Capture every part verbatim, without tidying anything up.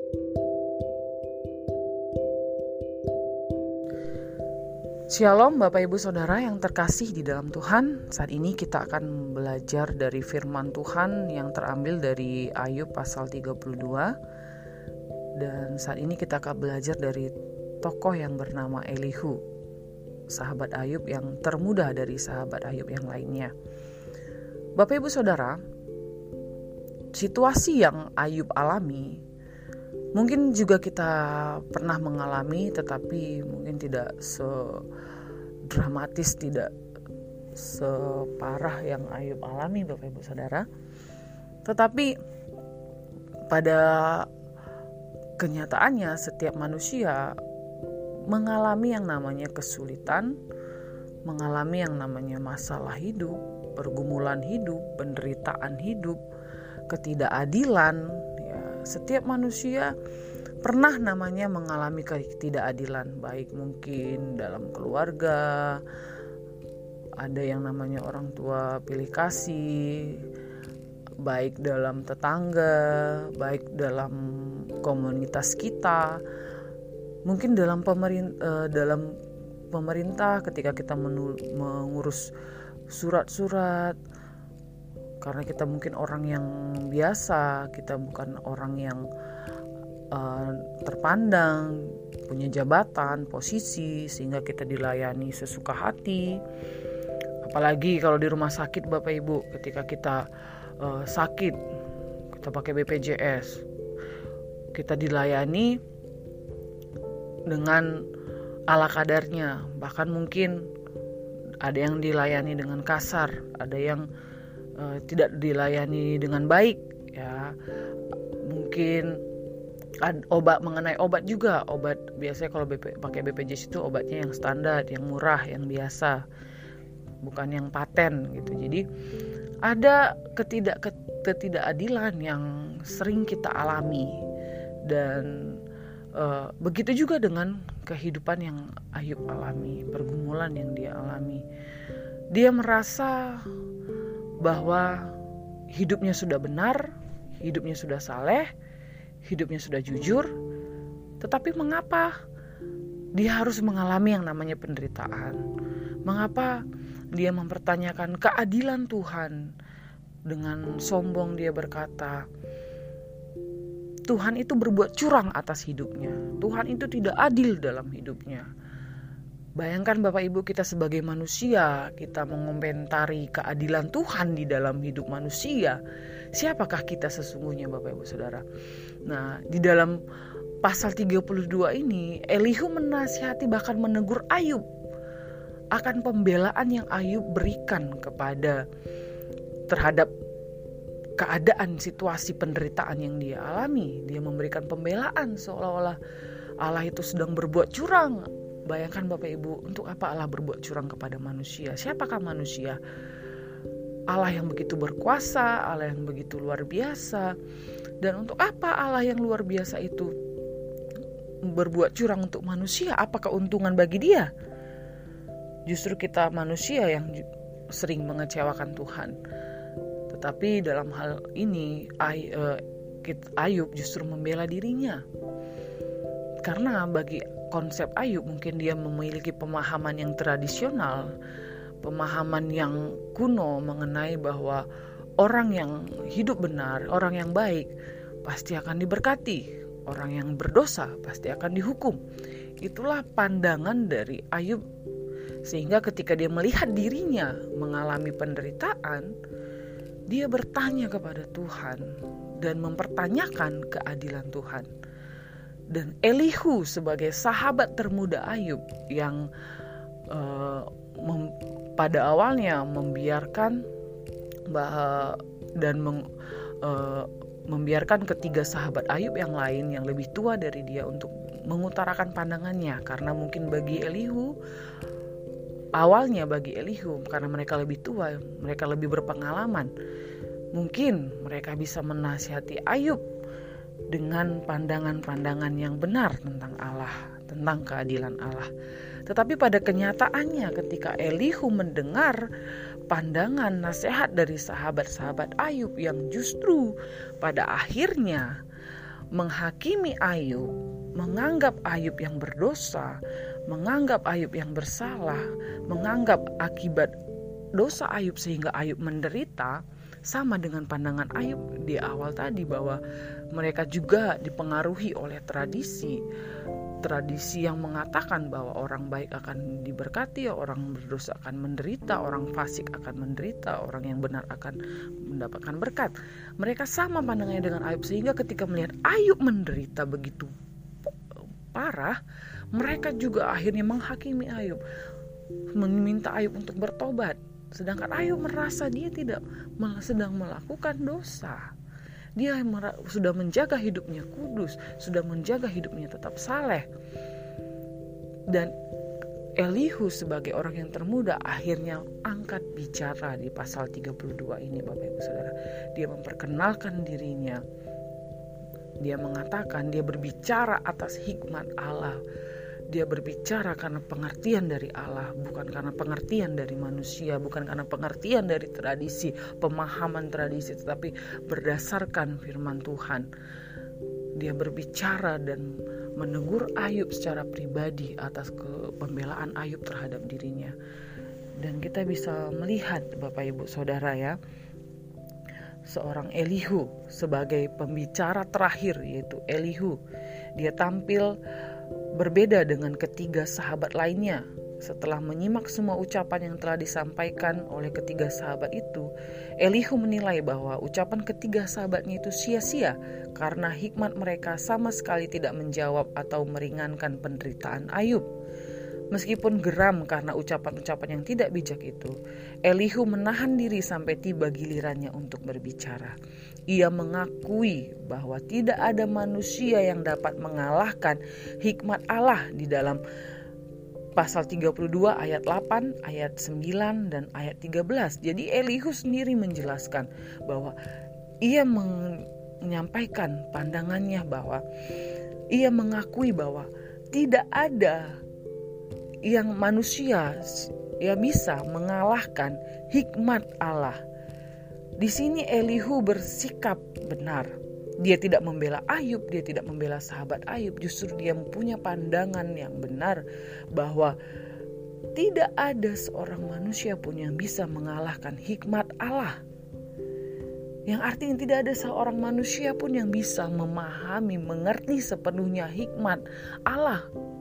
Shalom Bapak Ibu Saudara yang terkasih di dalam Tuhan. Saat ini kita akan belajar dari firman Tuhan yang terambil dari Ayub pasal tiga puluh dua. Dan saat ini kita akan belajar dari tokoh yang bernama Elihu, sahabat Ayub yang termuda dari sahabat Ayub yang lainnya. Bapak Ibu Saudara, situasi yang Ayub alami mungkin juga kita pernah mengalami, tetapi mungkin tidak sedramatis, tidak separah yang Ayub alami, Bapak Ibu Saudara. Tetapi pada kenyataannya setiap manusia mengalami yang namanya kesulitan, mengalami yang namanya masalah hidup, pergumulan hidup, penderitaan hidup, ketidakadilan. Setiap manusia pernah namanya mengalami ketidakadilan, baik mungkin dalam keluarga, ada yang namanya orang tua pilih kasih, baik dalam tetangga, baik dalam komunitas kita, mungkin dalam pemerintah, dalam pemerintah ketika kita mengurus surat-surat. Karena kita mungkin orang yang biasa, kita bukan orang yang uh, terpandang, punya jabatan, posisi, sehingga kita dilayani sesuka hati. Apalagi kalau di rumah sakit Bapak Ibu, ketika kita uh, sakit, kita pakai B P J S, kita dilayani dengan ala kadarnya. Bahkan mungkin ada yang dilayani dengan kasar, ada yang Uh, tidak dilayani dengan baik, ya. Mungkin ad, obat mengenai obat juga, obat biasanya kalau B P, pakai B P J S itu obatnya yang standar, yang murah, yang biasa, bukan yang paten gitu. Jadi ada ketidak ketidakadilan yang sering kita alami, dan uh, begitu juga dengan kehidupan yang Ayub alami, pergumulan yang dia alami. Dia merasa bahwa hidupnya sudah benar, hidupnya sudah saleh, hidupnya sudah jujur, tetapi mengapa dia harus mengalami yang namanya penderitaan? Mengapa dia mempertanyakan keadilan Tuhan? Dengan sombong dia berkata, Tuhan itu berbuat curang atas hidupnya, Tuhan itu tidak adil dalam hidupnya. Bayangkan Bapak Ibu, kita sebagai manusia, kita mengomentari keadilan Tuhan di dalam hidup manusia. Siapakah kita sesungguhnya Bapak Ibu Saudara? Nah, di dalam pasal tiga puluh dua ini, Elihu menasihati bahkan menegur Ayub akan pembelaan yang Ayub berikan kepada terhadap keadaan situasi penderitaan yang dia alami. Dia memberikan pembelaan seolah-olah Allah itu sedang berbuat curang. Bayangkan Bapak Ibu, untuk apa Allah berbuat curang kepada manusia? Siapakah manusia? Allah yang begitu berkuasa, Allah yang begitu luar biasa. Dan untuk apa Allah yang luar biasa itu berbuat curang untuk manusia? Apa keuntungan bagi dia? Justru kita manusia yang sering mengecewakan Tuhan. Tetapi dalam hal ini Ayub justru membela dirinya. Karena bagi konsep Ayub mungkin dia memiliki pemahaman yang tradisional, pemahaman yang kuno mengenai bahwa orang yang hidup benar, orang yang baik pasti akan diberkati, orang yang berdosa pasti akan dihukum. Itulah pandangan dari Ayub, sehingga ketika dia melihat dirinya mengalami penderitaan, dia bertanya kepada Tuhan dan mempertanyakan keadilan Tuhan. Dan Elihu sebagai sahabat termuda Ayub yang uh, mem, pada awalnya membiarkan bah, dan meng, uh, membiarkan ketiga sahabat Ayub yang lain yang lebih tua dari dia untuk mengutarakan pandangannya, karena mungkin bagi Elihu awalnya bagi Elihu karena mereka lebih tua, mereka lebih berpengalaman, mungkin mereka bisa menasihati Ayub dengan pandangan-pandangan yang benar tentang Allah, tentang keadilan Allah. Tetapi pada kenyataannya ketika Elihu mendengar pandangan nasihat dari sahabat-sahabat Ayub yang justru pada akhirnya menghakimi Ayub, menganggap Ayub yang berdosa, menganggap Ayub yang bersalah, menganggap akibat dosa Ayub sehingga Ayub menderita, sama dengan pandangan Ayub di awal tadi bahwa mereka juga dipengaruhi oleh tradisi. Tradisi yang mengatakan bahwa orang baik akan diberkati, orang berdosa akan menderita, orang fasik akan menderita, orang yang benar akan mendapatkan berkat. Mereka sama pandangannya dengan Ayub, sehingga ketika melihat Ayub menderita begitu parah, mereka juga akhirnya menghakimi Ayub, meminta Ayub untuk bertobat. Sedangkan Ayub merasa dia tidak sedang melakukan dosa. Dia sudah menjaga hidupnya kudus, sudah menjaga hidupnya tetap saleh. Dan Elihu sebagai orang yang termuda akhirnya angkat bicara di pasal tiga puluh dua ini, Bapak Ibu Saudara. Dia memperkenalkan dirinya. Dia mengatakan, dia berbicara atas hikmat Allah. Dia berbicara karena pengertian dari Allah, bukan karena pengertian dari manusia, bukan karena pengertian dari tradisi, pemahaman tradisi, tetapi berdasarkan firman Tuhan. Dia berbicara dan menegur Ayub secara pribadi atas pembelaan Ayub terhadap dirinya. Dan kita bisa melihat, Bapak Ibu Saudara ya, seorang Elihu sebagai pembicara terakhir, yaitu Elihu. Dia tampil berbeda dengan ketiga sahabat lainnya. Setelah menyimak semua ucapan yang telah disampaikan oleh ketiga sahabat itu, Elihu menilai bahwa ucapan ketiga sahabatnya itu sia-sia karena hikmat mereka sama sekali tidak menjawab atau meringankan penderitaan Ayub. Meskipun geram karena ucapan-ucapan yang tidak bijak itu, Elihu menahan diri sampai tiba gilirannya untuk berbicara. Ia mengakui bahwa tidak ada manusia yang dapat mengalahkan hikmat Allah di dalam pasal tiga puluh dua ayat delapan, ayat sembilan, dan ayat tiga belas. Jadi Elihu sendiri menjelaskan bahwa ia menyampaikan pandangannya bahwa ia mengakui bahwa tidak ada yang manusia ya bisa mengalahkan hikmat Allah. Di sini Elihu bersikap benar. Dia tidak membela Ayub, dia tidak membela sahabat Ayub. Justru dia mempunyai pandangan yang benar bahwa tidak ada seorang manusia pun yang bisa mengalahkan hikmat Allah. Yang artinya tidak ada seorang manusia pun yang bisa memahami, mengerti sepenuhnya hikmat Allah.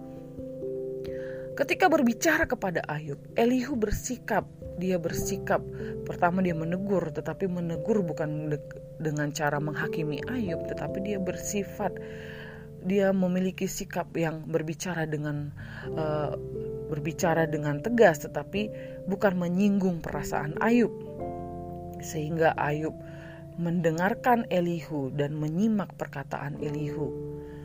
Ketika berbicara kepada Ayub, Elihu bersikap, dia bersikap, pertama dia menegur, tetapi menegur bukan de- dengan cara menghakimi Ayub, tetapi dia bersifat, dia memiliki sikap yang berbicara dengan uh, berbicara dengan tegas, tetapi bukan menyinggung perasaan Ayub. Sehingga Ayub mendengarkan Elihu dan menyimak perkataan Elihu.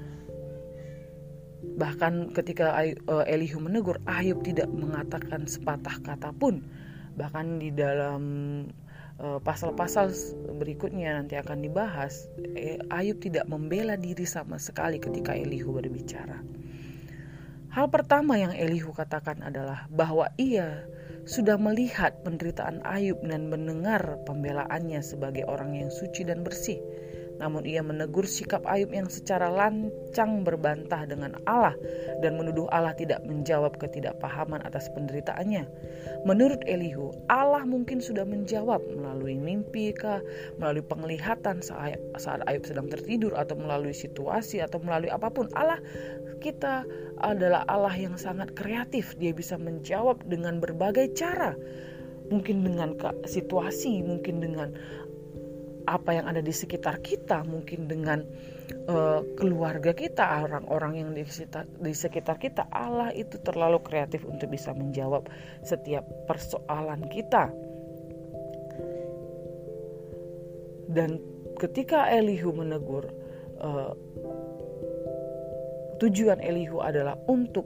Bahkan ketika Elihu menegur, Ayub tidak mengatakan sepatah kata pun. Bahkan di dalam pasal-pasal berikutnya nanti akan dibahas, Ayub tidak membela diri sama sekali ketika Elihu berbicara. Hal pertama yang Elihu katakan adalah bahwa ia sudah melihat penderitaan Ayub dan mendengar pembelaannya sebagai orang yang suci dan bersih. Namun ia menegur sikap Ayub yang secara lancang berbantah dengan Allah dan menuduh Allah tidak menjawab ketidakpahaman atas penderitaannya. Menurut Elihu, Allah mungkin sudah menjawab melalui mimpi kah, melalui penglihatan saat, saat Ayub sedang tertidur, atau melalui situasi, atau melalui apapun. Allah kita adalah Allah yang sangat kreatif. Dia bisa menjawab dengan berbagai cara. Mungkin dengan situasi, mungkin dengan apa yang ada di sekitar kita, mungkin dengan uh, keluarga kita, orang-orang yang di sekitar, di sekitar kita. Allah itu terlalu kreatif untuk bisa menjawab setiap persoalan kita. Dan ketika Elihu menegur, uh, tujuan Elihu adalah untuk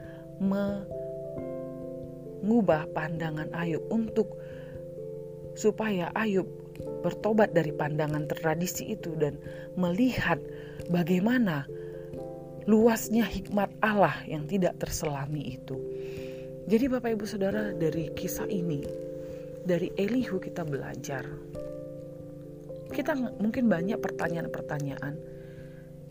mengubah pandangan Ayub, untuk supaya Ayub bertobat dari pandangan tradisi itu dan melihat bagaimana luasnya hikmat Allah yang tidak terselami itu. Jadi Bapak Ibu Saudara, dari kisah ini, dari Elihu kita belajar. Kita mungkin banyak pertanyaan-pertanyaan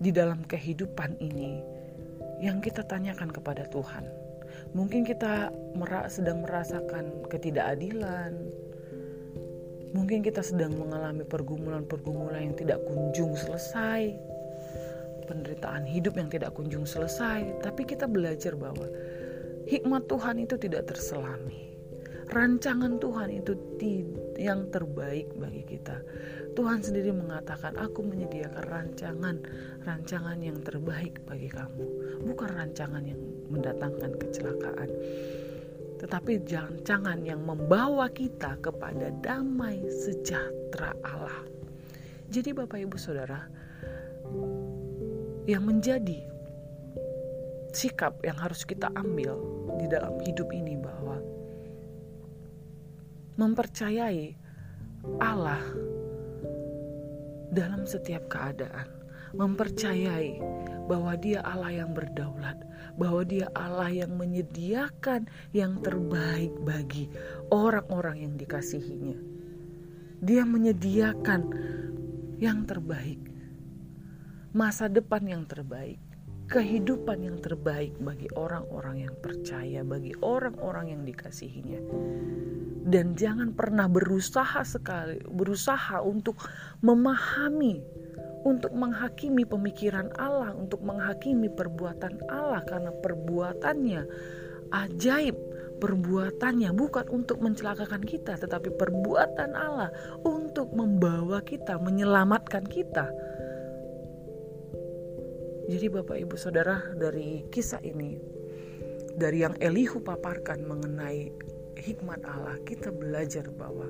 di dalam kehidupan ini yang kita tanyakan kepada Tuhan. Mungkin kita sedang merasakan ketidakadilan. Mungkin kita sedang mengalami pergumulan-pergumulan yang tidak kunjung selesai. Penderitaan hidup yang tidak kunjung selesai. Tapi kita belajar bahwa hikmat Tuhan itu tidak terselami. Rancangan Tuhan itu yang terbaik bagi kita. Tuhan sendiri mengatakan, aku menyediakan rancangan, rancangan yang terbaik bagi kamu. Bukan rancangan yang mendatangkan kecelakaan, tetapi rancangan yang membawa kita kepada damai sejahtera Allah. Jadi Bapak Ibu Saudara, yang menjadi sikap yang harus kita ambil di dalam hidup ini bahwa mempercayai Allah dalam setiap keadaan, mempercayai bahwa Dia Allah yang berdaulat, bahwa Dia Allah yang menyediakan yang terbaik bagi orang-orang yang dikasihinya. Dia menyediakan yang terbaik, masa depan yang terbaik, kehidupan yang terbaik bagi orang-orang yang percaya, bagi orang-orang yang dikasihinya. Dan jangan pernah berusaha sekali, berusaha untuk memahami, untuk menghakimi pemikiran Allah, untuk menghakimi perbuatan Allah, karena perbuatannya ajaib, perbuatannya bukan untuk mencelakakan kita, tetapi perbuatan Allah untuk membawa kita, menyelamatkan kita. Jadi Bapak Ibu Saudara, dari kisah ini, dari yang Elihu paparkan mengenai hikmat Allah, kita belajar bahwa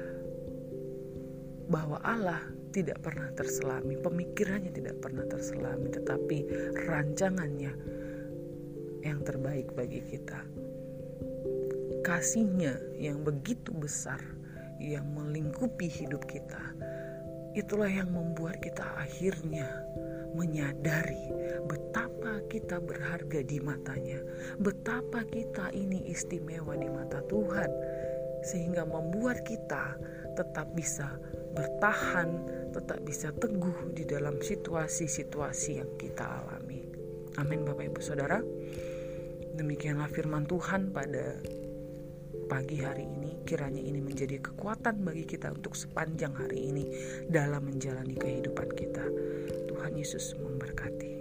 bahwa Allah tidak pernah terselami, pemikirannya tidak pernah terselami, tetapi rancangannya yang terbaik bagi kita. Kasihnya yang begitu besar, yang melingkupi hidup kita, itulah yang membuat kita akhirnya menyadari betapa kita berharga di matanya, betapa kita ini istimewa di mata Tuhan, sehingga membuat kita tetap bisa bertahan, tetap bisa teguh di dalam situasi-situasi yang kita alami. Amin Bapak Ibu Saudara. Demikianlah firman Tuhan pada pagi hari ini. Kiranya ini menjadi kekuatan bagi kita untuk sepanjang hari ini dalam menjalani kehidupan kita. Tuhan Yesus memberkati.